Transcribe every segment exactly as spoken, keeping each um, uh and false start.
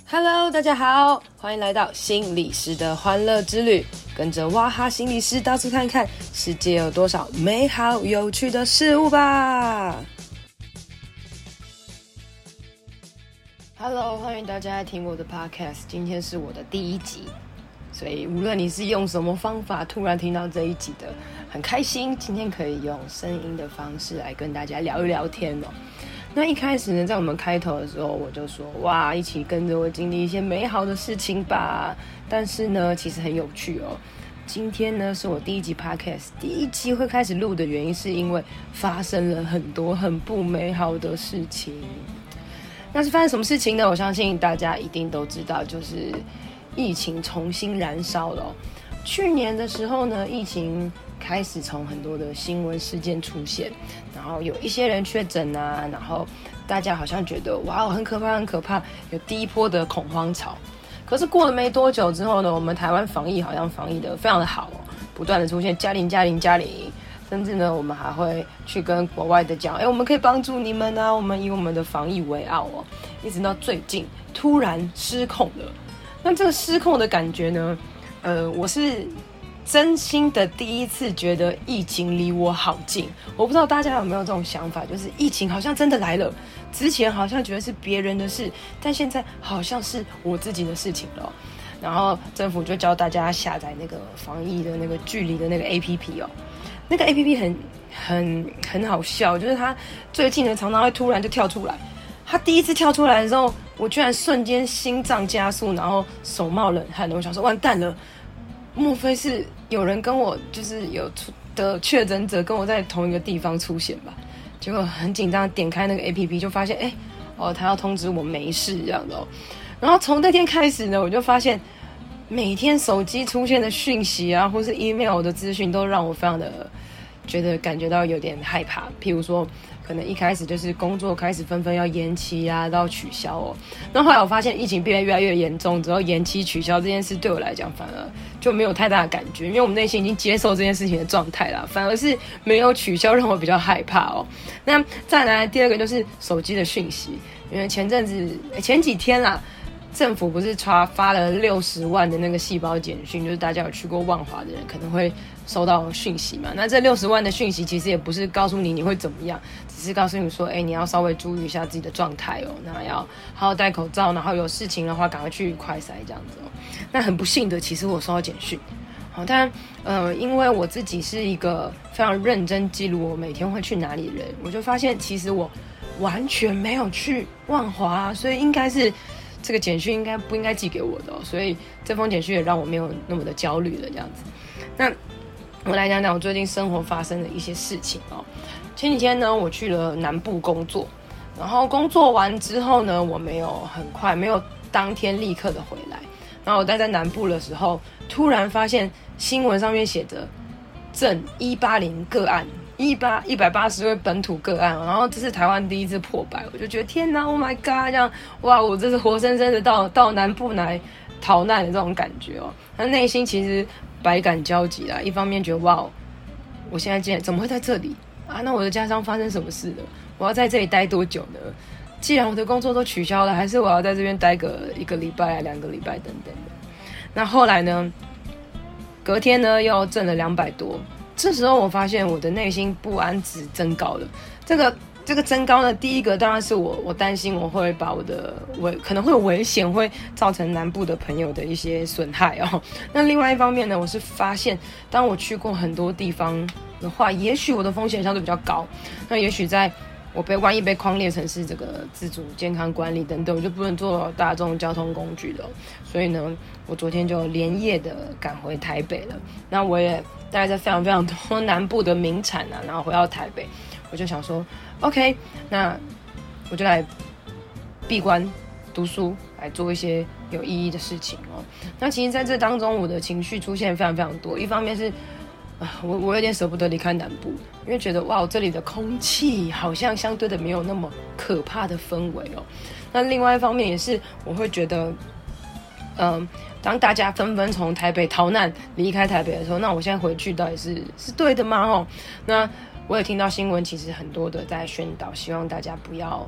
Hello， 大家好，欢迎来到心理师的欢乐之旅，跟着哇哈心理师到处看看，世界有多少美好有趣的事物吧。Hello， 欢迎大家来听我的 Podcast， 今天是我的第一集，所以无论你是用什么方法突然听到这一集的，很开心今天可以用声音的方式来跟大家聊一聊天哦。那一开始呢，在我们开头的时候，我就说哇，一起跟着我经历一些美好的事情吧。但是呢，其实很有趣哦。今天呢，是我第一集 podcast， 第一集会开始录的原因，是因为发生了很多很不美好的事情。那是发生什么事情呢？我相信大家一定都知道，就是疫情重新燃烧了哦。去年的时候呢，疫情开始从很多的新闻事件出现，然后有一些人确诊啊，然后大家好像觉得哇，很可怕很可怕，有第一波的恐慌潮。可是过了没多久之后呢，我们台湾防疫好像防疫的非常的好哦，不断的出现加零加零加零，甚至呢我们还会去跟国外的讲，哎，我们可以帮助你们啊，我们以我们的防疫为傲哦。一直到最近突然失控了，那这个失控的感觉呢，呃，我是真心的第一次觉得疫情离我好近。我不知道大家有没有这种想法，就是疫情好像真的来了，之前好像觉得是别人的事，但现在好像是我自己的事情了。然后政府就教大家下载那个防疫的那个距离的那个 A P P 哦，那个 A P P 很很很好笑，就是它最近呢常常会突然就跳出来。它第一次跳出来的时候，我居然瞬间心脏加速，然后手冒冷汗了。我想说完蛋了，莫非是有人跟我就是有的确诊者跟我在同一个地方出现吧？结果很紧张，点开那个 A P P 就发现，哎，哦，他要通知我没事这样的哦。然后从那天开始呢，我就发现每天手机出现的讯息啊，或是 email 的资讯，都让我非常的觉得感觉到有点害怕。譬如说，可能一开始就是工作开始纷纷要延期啊，到取消哦。那后来我发现疫情变得越来越严重之后，延期取消这件事对我来讲反而就没有太大的感觉，因为我们内心已经接受这件事情的状态啦，反而是没有取消让我比较害怕哦。那再来第二个就是手机的讯息，因为前阵子前几天啦，政府不是发发了六十万的那个细胞简讯，就是大家有去过万华的人可能会收到讯息嘛。那这六十万的讯息其实也不是告诉你你会怎么样，只是告诉你说，哎，你要稍微注意一下自己的状态哦，那要好好戴口罩，然后有事情的话赶快去快筛这样子哦。那很不幸的，其实我收到简讯，好，但呃，因为我自己是一个非常认真记录我每天会去哪里的人，我就发现其实我完全没有去万华，所以应该是这个简讯应该不应该寄给我的哦，所以这封简讯也让我没有那么的焦虑了这样子。那我来讲讲我最近生活发生的一些事情哦。前几天呢，我去了南部工作，然后工作完之后呢，我没有很快，没有当天立刻的回来。然后我待在南部的时候，突然发现新闻上面写着正一八零个案，一八一百八十位本土个案，然后这是台湾第一次破百，我就觉得天哪 ，Oh my God， 这样哇，我这是活生生的到到南部来逃难的这种感觉哦。那内心其实百感交集啦，一方面觉得哇，我现在竟然怎么会在这里啊？那我的家乡发生什么事了？我要在这里待多久呢？既然我的工作都取消了，还是我要在这边待个一个礼拜啊、两个礼拜等等的。那后来呢？隔天呢又挣了两百多，这时候我发现我的内心不安值增高了。这个这个增高呢，第一个当然是我我担心我会把我的危可能会有危险，会造成南部的朋友的一些损害哦。那另外一方面呢，我是发现当我去过很多地方的话，也许我的风险相对比较高。那也许在我被万一被匡列成是这个自主健康管理等等，我就不能坐大众交通工具了。所以呢，我昨天就连夜的赶回台北了。那我也大概在非常非常多南部的名产啊，然后回到台北，我就想说 ，OK， 那我就来闭关读书，来做一些有意义的事情哦。那其实在这当中，我的情绪出现非常非常多，一方面是啊，我我有点舍不得离开南部，因为觉得哇，这里的空气好像相对的没有那么可怕的氛围哦。那另外一方面也是，我会觉得，嗯、呃，当大家纷纷从台北逃难离开台北的时候，那我现在回去到底是是对的吗？哦，那我也听到新闻，其实很多的在宣导，希望大家不要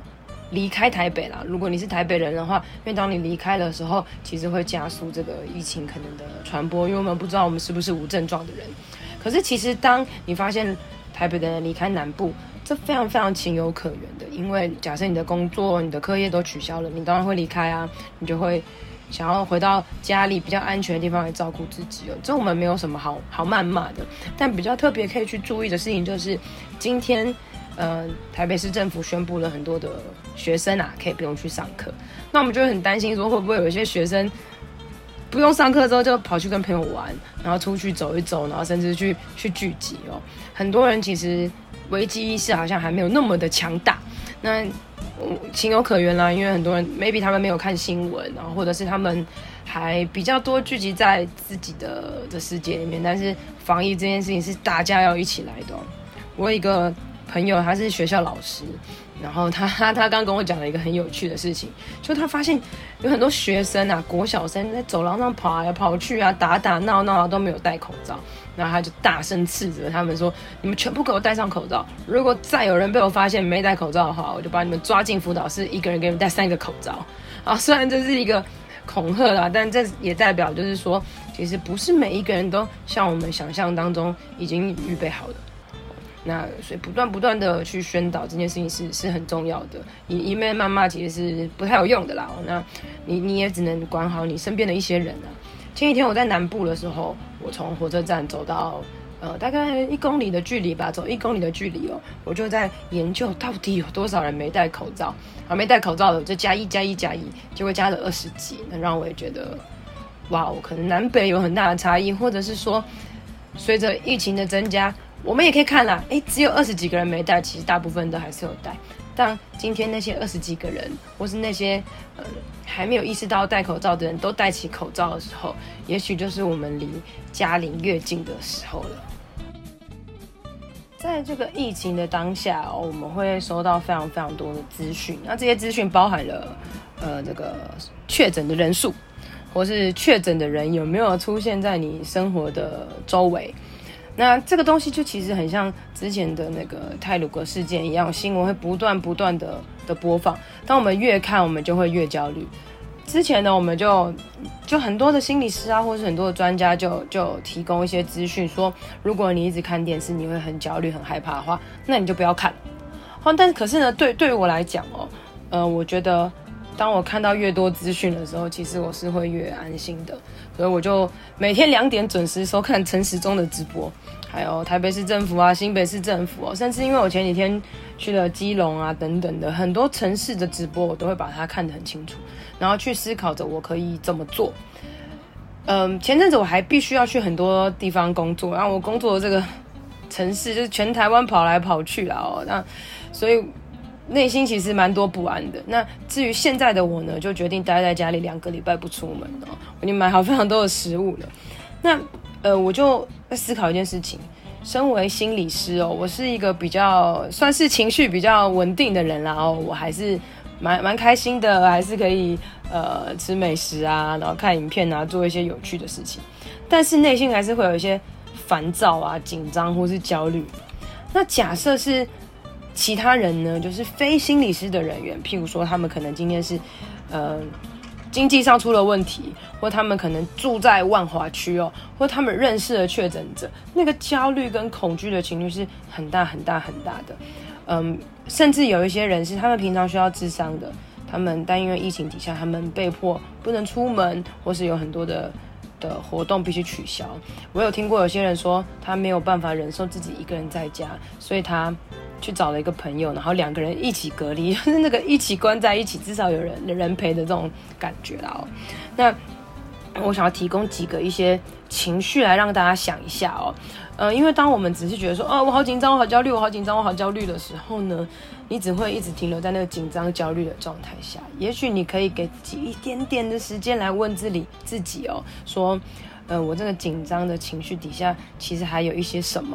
离开台北啦。如果你是台北人的话，因为当你离开的时候，其实会加速这个疫情可能的传播，因为我们不知道我们是不是无症状的人。可是其实当你发现台北的人离开南部，这非常非常情有可原的，因为假设你的工作、你的课业都取消了，你当然会离开啊，你就会想要回到家里比较安全的地方来照顾自己哦。这我们没有什么好好谩骂的，但比较特别可以去注意的事情就是，今天呃台北市政府宣布了很多的学生啊可以不用去上课，那我们就会很担心说会不会有一些学生不用上课之后就跑去跟朋友玩，然后出去走一走，然后甚至去去聚集哦。很多人其实危机意识好像还没有那么的强大，那情有可原啦，因为很多人 maybe 他们没有看新闻，然后或者是他们还比较多聚集在自己的的世界里面。但是防疫这件事情是大家要一起来的哦。我有一个朋友，他是学校老师，然后他他他刚跟我讲了一个很有趣的事情，就他发现有很多学生啊，国小生在走廊上跑来跑去啊，打打闹闹都没有戴口罩，然后他就大声斥责他们说：“你们全部给我戴上口罩！如果再有人被我发现没戴口罩的话，我就把你们抓进辅导室，一个人给你们戴三个口罩。”啊，虽然这是一个恐吓啦，但这也代表就是说，其实不是每一个人都像我们想象当中已经预备好的。那所以不断不断的去宣导这件事情是是很重要的，一一面谩骂其实是不太有用的啦。那你你也只能管好你身边的一些人啊。前几天我在南部的时候，我从火车站走到呃大概一公里的距离吧，走一公里的距离哦，我就在研究到底有多少人没戴口罩，啊没戴口罩的我就加一加一加一，结果加了二十几，那让我也觉得哇，可能南北有很大的差异，或者是说随着疫情的增加。我们也可以看啦，哎，只有二十几个人没戴，其实大部分都还是有戴。但今天那些二十几个人，或是那些呃还没有意识到戴口罩的人都戴起口罩的时候，也许就是我们离嘉陵越近的时候了。在这个疫情的当下哦，我们会收到非常非常多的资讯，那这些资讯包含了呃这个确诊的人数，或是确诊的人有没有出现在你生活的周围。那这个东西就其实很像之前的那个太鲁阁事件一样，新闻会不断不断的的播放，当我们越看我们就会越焦虑。之前呢，我们就就很多的心理师啊，或是很多的专家就就提供一些资讯，说如果你一直看电视，你会很焦虑、很害怕的话，那你就不要看。哦，但是可是呢，对对于我来讲哦，呃，我觉得当我看到越多资讯的时候，其实我是会越安心的，所以我就每天两点准时收看陈时中的直播，还有台北市政府啊、新北市政府哦，甚至因为我前几天去了基隆啊等等的很多城市的直播，我都会把它看得很清楚，然后去思考着我可以怎么做。嗯，前阵子我还必须要去很多地方工作，然后我工作的这个城市就是全台湾跑来跑去啦哦，那所以内心其实蛮多不安的。那至于现在的我呢，就决定待在家里两个礼拜不出门哦，我已经买好非常多的食物了。那呃，我就在思考一件事情，身为心理师哦，我是一个比较算是情绪比较稳定的人啦哦，我还是蛮蛮开心的，还是可以呃吃美食啊，然后看影片啊，做一些有趣的事情。但是内心还是会有一些烦躁啊、紧张或是焦虑。那假设是其他人呢，就是非心理师的人员，譬如说他们可能今天是呃经济上出了问题，或他们可能住在万华区哦，或他们认识了确诊者，那个焦虑跟恐惧的情绪是很大很大很大的。嗯，甚至有一些人是他们平常需要治伤的，他们但因为疫情底下，他们被迫不能出门，或是有很多的的活动必须取消。我有听过有些人说，他没有办法忍受自己一个人在家，所以他去找了一个朋友，然后两个人一起隔离，就是那个一起关在一起，至少有人人陪的这种感觉啦哦。那我想要提供几个一些情绪来让大家想一下哦。呃，因为当我们只是觉得说，哦，我好紧张，我好焦虑，我好紧张，我好焦虑的时候呢，你只会一直停留在那个紧张、焦虑的状态下。也许你可以给自己一点点的时间来问自己自己哦，说，呃，我这个紧张的情绪底下，其实还有一些什么。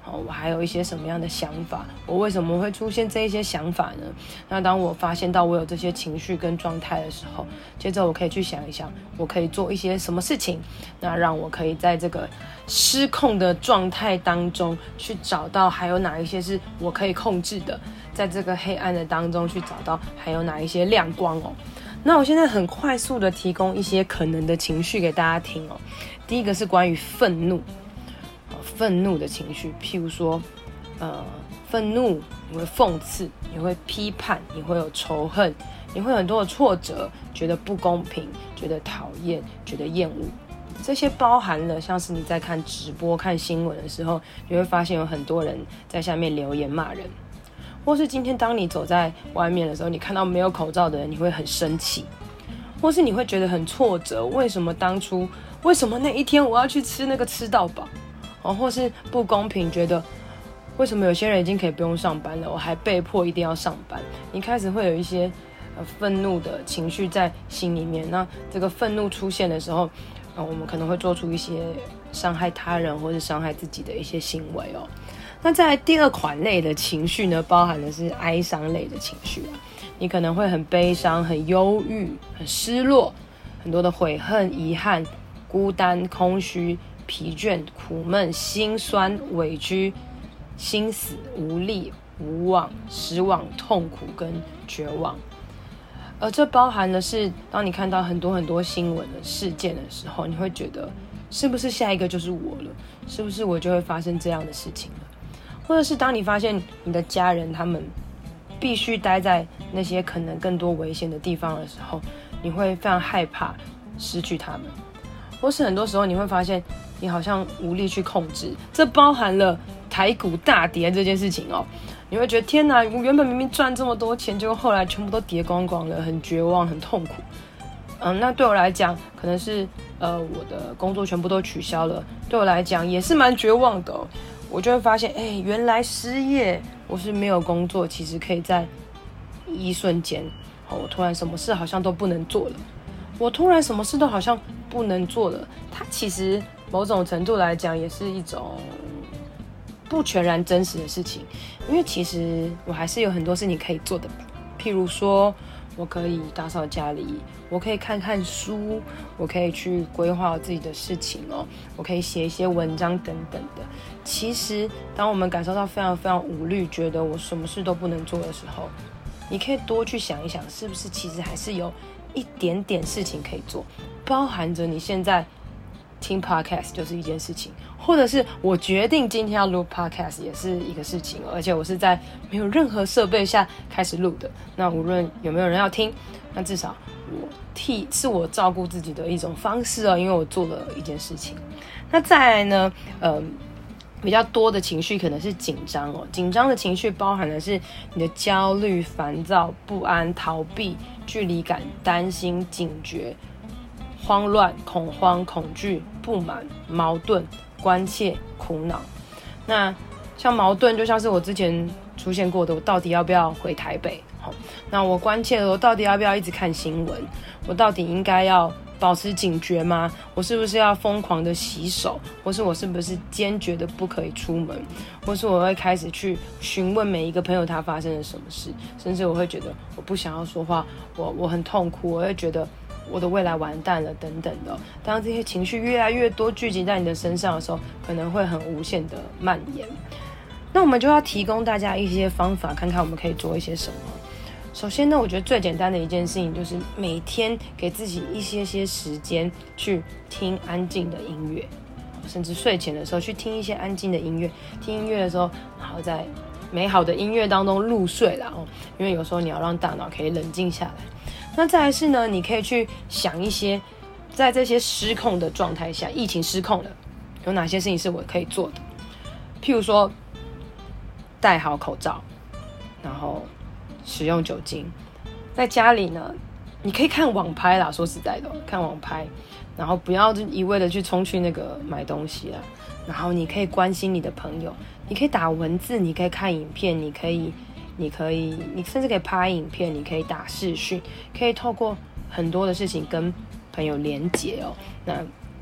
哦，我还有一些什么样的想法？我为什么会出现这一些想法呢？那当我发现到我有这些情绪跟状态的时候，接着我可以去想一想，我可以做一些什么事情，那让我可以在这个失控的状态当中去找到还有哪一些是我可以控制的，在这个黑暗的当中去找到还有哪一些亮光哦。那我现在很快速的提供一些可能的情绪给大家听哦。第一个是关于愤怒，愤怒的情绪，譬如说，呃，愤怒你会讽刺，你会批判，你会有仇恨，你会有很多的挫折，觉得不公平，觉得讨厌，觉得厌恶。这些包含了像是你在看直播、看新闻的时候，你会发现有很多人在下面留言骂人。或是今天当你走在外面的时候，你看到没有口罩的人，你会很生气，或是你会觉得很挫折，为什么当初为什么那一天我要去吃那个吃到饱，哦，或是不公平，觉得为什么有些人已经可以不用上班了，我还被迫一定要上班。你开始会有一些呃愤怒的情绪在心里面，那这个愤怒出现的时候，呃、我们可能会做出一些伤害他人或是伤害自己的一些行为哦。那在第二款类的情绪呢，包含的是哀伤类的情绪啊，你可能会很悲伤、很忧郁、很失落，很多的悔恨、遗憾、孤单、空虚、疲倦、苦闷、心酸、委屈、心死、无力、无望、失望、痛苦跟绝望。而这包含的是，当你看到很多很多新闻的事件的时候，你会觉得是不是下一个就是我了？是不是我就会发生这样的事情了？或者是当你发现你的家人他们必须待在那些可能更多危险的地方的时候，你会非常害怕失去他们。或是很多时候你会发现你好像无力去控制，这包含了台股大跌这件事情哦。你会觉得天哪，我原本明明赚这么多钱，结果后来全部都跌光光了，很绝望，很痛苦。嗯，那对我来讲，可能是呃我的工作全部都取消了，对我来讲也是蛮绝望的哦。我就会发现，哎、欸，原来失业，我是没有工作，其实可以在一瞬间，哦，我突然什么事好像都不能做了，我突然什么事都好像不能做了。它其实某种程度来讲，也是一种不全然真实的事情，因为其实我还是有很多事情可以做的，譬如说，我可以打扫家里，我可以看看书，我可以去规划我自己的事情哦，我可以写一些文章等等的。其实，当我们感受到非常非常无力，觉得我什么事都不能做的时候，你可以多去想一想，是不是其实还是有一点点事情可以做，包含着你现在听 podcast 就是一件事情，或者是我决定今天要录 podcast 也是一个事情，而且我是在没有任何设备下开始录的。那无论有没有人要听，那至少我替是我照顾自己的一种方式哦，因为我做了一件事情。那再来呢，呃，比较多的情绪可能是紧张哦，紧张的情绪包含的是你的焦虑、烦躁、不安、逃避、距离感、担心、警觉、慌乱、恐慌、恐惧、不满、矛盾、关切、苦恼。那像矛盾就像是我之前出现过的，我到底要不要回台北？那我关切的，我到底要不要一直看新闻？我到底应该要保持警觉吗？我是不是要疯狂的洗手？或是我是不是坚决的不可以出门？或是我会开始去询问每一个朋友他发生了什么事，甚至我会觉得我不想要说话，我我很痛苦，我会觉得我的未来完蛋了等等的。当这些情绪越来越多聚集在你的身上的时候，可能会很无限的蔓延。那我们就要提供大家一些方法，看看我们可以做一些什么。首先呢，我觉得最简单的一件事情就是每天给自己一些些时间去听安静的音乐，甚至睡前的时候去听一些安静的音乐。听音乐的时候，然后在美好的音乐当中入睡啦，因为有时候你要让大脑可以冷静下来。那再来是呢，你可以去想一些在这些失控的状态下，疫情失控了，有哪些事情是我可以做的？譬如说，戴好口罩，然后使用酒精。在家里呢，你可以看网拍啦，说实在的，看网拍，然后不要一味的去冲去那个买东西啦。然后你可以关心你的朋友，你可以打文字，你可以看影片，你可以，你可以，你甚至可以拍影片，你可以打视讯，可以透过很多的事情跟朋友连结哦。那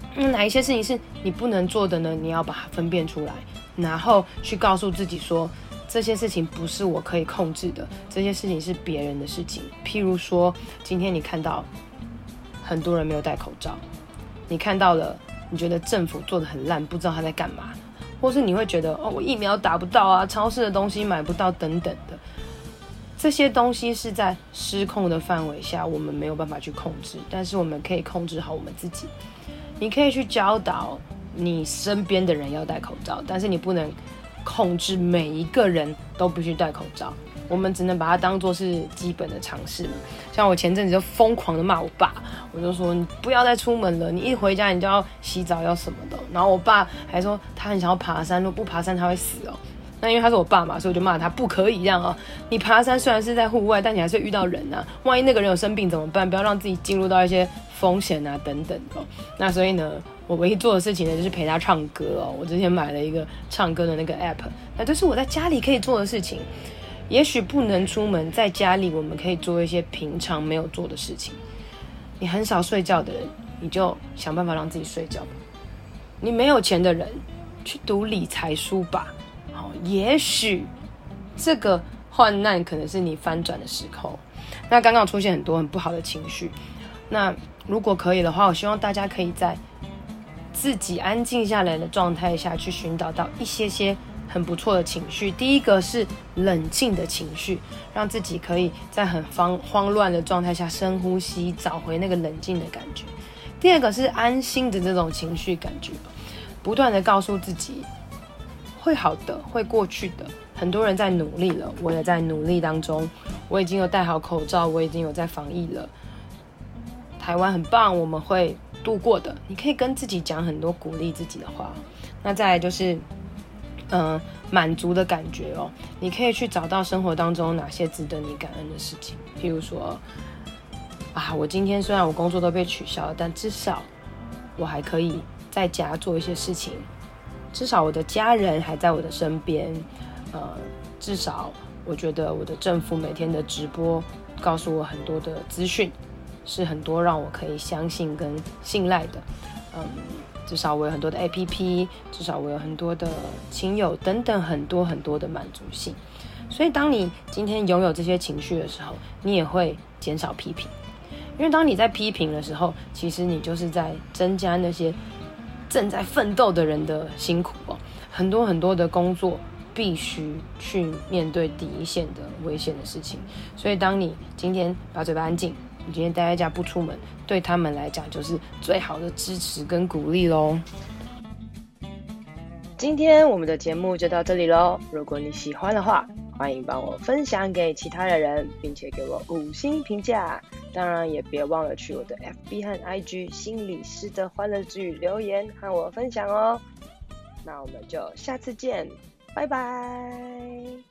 嗯，哪一些事情是你不能做的呢？你要把它分辨出来，然后去告诉自己说，这些事情不是我可以控制的，这些事情是别人的事情。譬如说，今天你看到很多人没有戴口罩，你看到了，你觉得政府做得很烂，不知道他在干嘛，或是你会觉得哦，我疫苗打不到啊，超市的东西买不到等等的，这些东西是在失控的范围下，我们没有办法去控制，但是我们可以控制好我们自己。你可以去教导你身边的人要戴口罩，但是你不能控制每一个人都必须戴口罩，我们只能把它当作是基本的常识嘛。像我前阵子就疯狂的骂我爸，我就说你不要再出门了，你一回家你就要洗澡要什么的，然后我爸还说他很想要爬山，如果不爬山他会死哦。那因为他是我爸嘛，所以我就骂他不可以这样哦。你爬山虽然是在户外，但你还是会遇到人啊，万一那个人有生病怎么办？不要让自己进入到一些风险啊等等的哦。那所以呢，我唯一做的事情呢，就是陪他唱歌哦。我之前买了一个唱歌的那个 app， 那这是我在家里可以做的事情。也许不能出门，在家里我们可以做一些平常没有做的事情。你很少睡觉的人，你就想办法让自己睡觉吧。你没有钱的人，去读理财书吧。也许这个患难可能是你翻转的时候。那刚刚出现很多很不好的情绪，那如果可以的话，我希望大家可以在自己安静下来的状态下去寻找到一些些很不错的情绪。第一个是冷静的情绪，让自己可以在很慌慌乱的状态下深呼吸，找回那个冷静的感觉。第二个是安心的这种情绪感觉，不断的告诉自己会好的，会过去的。很多人在努力了，我也在努力当中，我已经有戴好口罩，我已经有在防疫了。台湾很棒，我们会度过的。你可以跟自己讲很多鼓励自己的话。那再来就是嗯，满足的感觉哦。你可以去找到生活当中哪些值得你感恩的事情，譬如说啊，我今天虽然我工作都被取消了，但至少我还可以在家做一些事情，至少我的家人还在我的身边，呃，至少我觉得我的政府每天的直播告诉我很多的资讯，是很多让我可以相信跟信赖的。嗯，至少我有很多的 A P P， 至少我有很多的亲友等等，很多很多的满足性。所以当你今天拥有这些情绪的时候，你也会减少批评，因为当你在批评的时候，其实你就是在增加那些正在奋斗的人的辛苦哦。很多很多的工作必须去面对第一线的危险的事情，所以当你今天把嘴巴安静，你今天待在家不出门，对他们来讲就是最好的支持跟鼓励咯。今天我们的节目就到这里咯，如果你喜欢的话，欢迎帮我分享给其他的人，并且给我五星评价。当然也别忘了去我的 F B 和 I G 心理师的欢乐之语留言和我分享哦。那我们就下次见，拜拜。